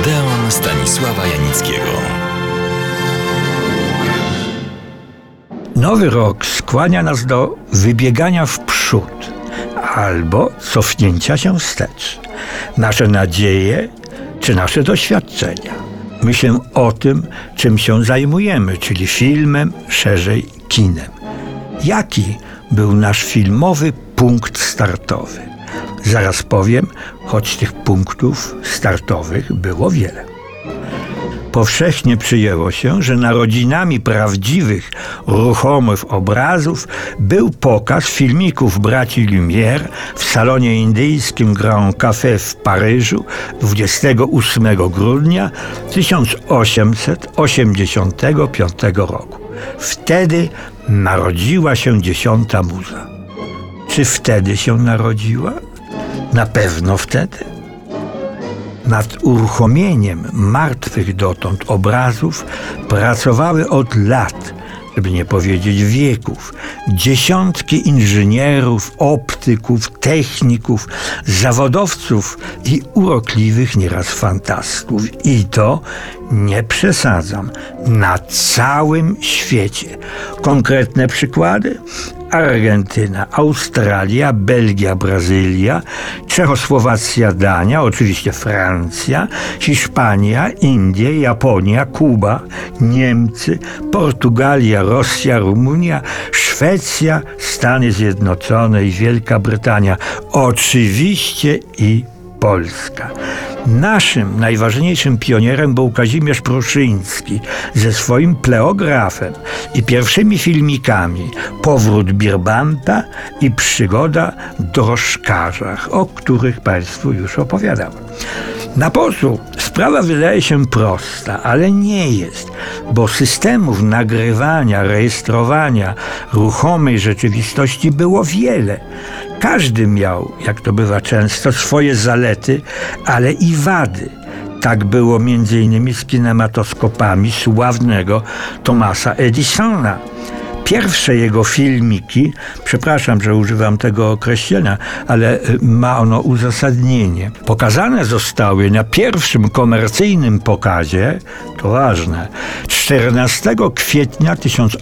Odeon Stanisława Janickiego. Nowy rok skłania nas do wybiegania w przód albo cofnięcia się wstecz. Nasze nadzieje czy nasze doświadczenia. Myślę o tym, czym się zajmujemy, czyli filmem, szerzej kinem. Jaki był nasz filmowy punkt startowy? Zaraz powiem, choć tych punktów startowych było wiele. Powszechnie przyjęło się, że narodzinami prawdziwych, ruchomych obrazów był pokaz filmików braci Lumière w salonie indyjskim Grand Café w Paryżu 28 grudnia 1885 roku. Wtedy narodziła się 10. muza. Czy wtedy się narodziła? Na pewno wtedy. Nad uruchomieniem martwych dotąd obrazów pracowały od lat, żeby nie powiedzieć wieków, dziesiątki inżynierów, optyków, techników, zawodowców i urokliwych nieraz fantastów. I to, nie przesadzam, na całym świecie. Konkretne przykłady? Argentyna, Australia, Belgia, Brazylia, Czechosłowacja, Dania, oczywiście Francja, Hiszpania, Indie, Japonia, Kuba, Niemcy, Portugalia, Rosja, Rumunia, Szwecja, Stany Zjednoczone i Wielka Brytania. Oczywiście i Polska. Naszym najważniejszym pionierem był Kazimierz Pruszyński ze swoim pleografem i pierwszymi filmikami Powrót Birbanta i Przygoda drożkarza, o których Państwu już opowiadałem. Na pozór sprawa wydaje się prosta, ale nie jest, bo systemów nagrywania, rejestrowania ruchomej rzeczywistości było wiele. Każdy miał, jak to bywa często, swoje zalety, ale i wady. Tak było m.in. z kinematoskopami sławnego Thomasa Edisona. Pierwsze jego filmiki, przepraszam, że używam tego określenia, ale ma ono uzasadnienie. Pokazane zostały na pierwszym komercyjnym pokazie, to ważne, 14 kwietnia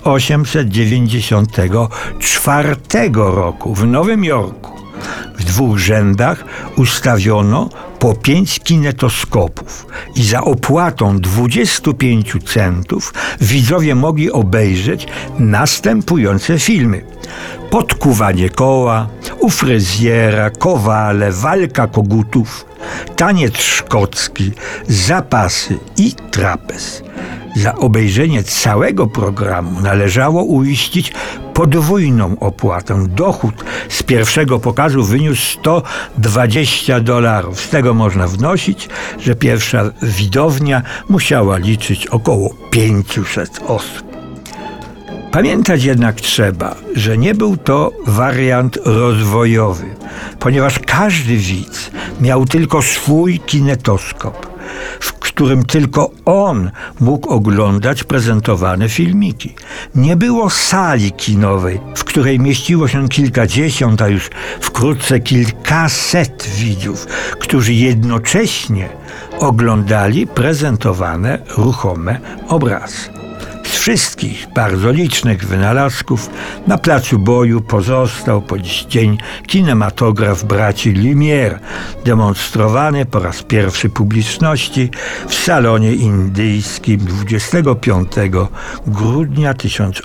1894 roku w Nowym Jorku. W 2 rzędach ustawiono po 5 kinetoskopów i za opłatą 25 centów widzowie mogli obejrzeć następujące filmy: Podkuwanie koła, U fryzjera, Kowale, Walka kogutów, Taniec szkocki, Zapasy i Trapez. Za obejrzenie całego programu należało uiścić podwójną opłatę. Dochód z pierwszego pokazu wyniósł $120. Z tego można wnosić, że pierwsza widownia musiała liczyć około 500 osób. Pamiętać jednak trzeba, że nie był to wariant rozwojowy, ponieważ każdy widz miał tylko swój kinetoskop, w którym tylko on mógł oglądać prezentowane filmiki. Nie było sali kinowej, w której mieściło się kilkadziesiąt, a już wkrótce kilkaset widzów, którzy jednocześnie oglądali prezentowane ruchome obrazy. Z wszystkich bardzo licznych wynalazków na placu boju pozostał po dziś dzień kinematograf braci Lumière, demonstrowany po raz pierwszy publiczności w salonie indyjskim 25 grudnia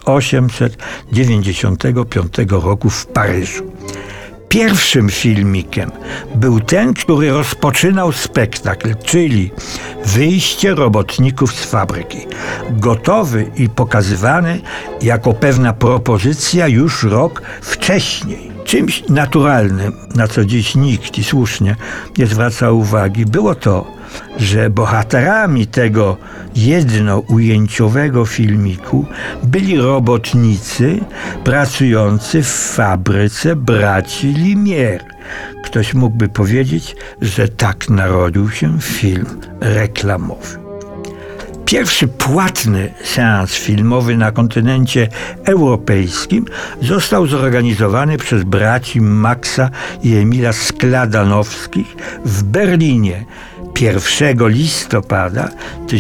1895 roku w Paryżu. Pierwszym filmikiem był ten, który rozpoczynał spektakl, czyli wyjście robotników z fabryki. Gotowy i pokazywany jako pewna propozycja już rok wcześniej. Czymś naturalnym, na co dziś nikt i słusznie nie zwraca uwagi, było to, że bohaterami tego jednoujęciowego filmiku byli robotnicy pracujący w fabryce braci Lumière. Ktoś mógłby powiedzieć, że tak narodził się film reklamowy. Pierwszy płatny seans filmowy na kontynencie europejskim został zorganizowany przez braci Maxa i Emila Skladanowskich w Berlinie 1 listopada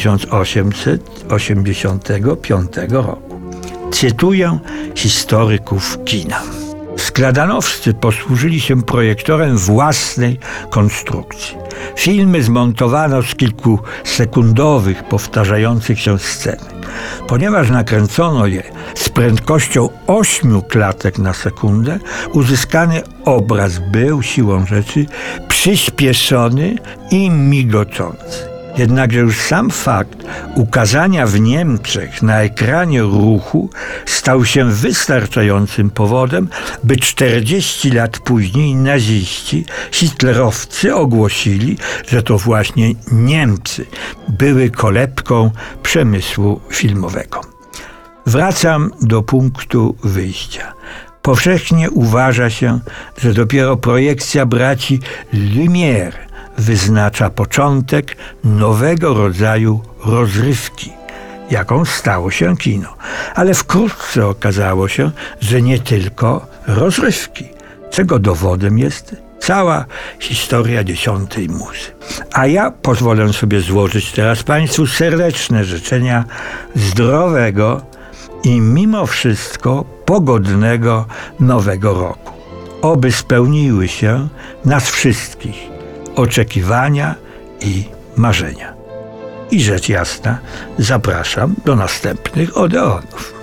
1885 roku. Cytuję historyków kina. Skladanowscy posłużyli się projektorem własnej konstrukcji. Filmy zmontowano z kilkusekundowych, powtarzających się scen. Ponieważ nakręcono je z prędkością 8 klatek na sekundę, uzyskany obraz był siłą rzeczy przyspieszony i migoczący. Jednakże już sam fakt ukazania w Niemczech na ekranie ruchu stał się wystarczającym powodem, by 40 lat później naziści, hitlerowcy ogłosili, że to właśnie Niemcy były kolebką przemysłu filmowego. Wracam do punktu wyjścia. Powszechnie uważa się, że dopiero projekcja braci Lumière wyznacza początek nowego rodzaju rozrywki, jaką stało się kino. Ale wkrótce okazało się, że nie tylko rozrywki, czego dowodem jest cała historia 10. muzy. A ja pozwolę sobie złożyć teraz Państwu serdeczne życzenia zdrowego i mimo wszystko pogodnego nowego roku. Oby spełniły się nas wszystkich oczekiwania i marzenia. I rzecz jasna, zapraszam do następnych Odeonów.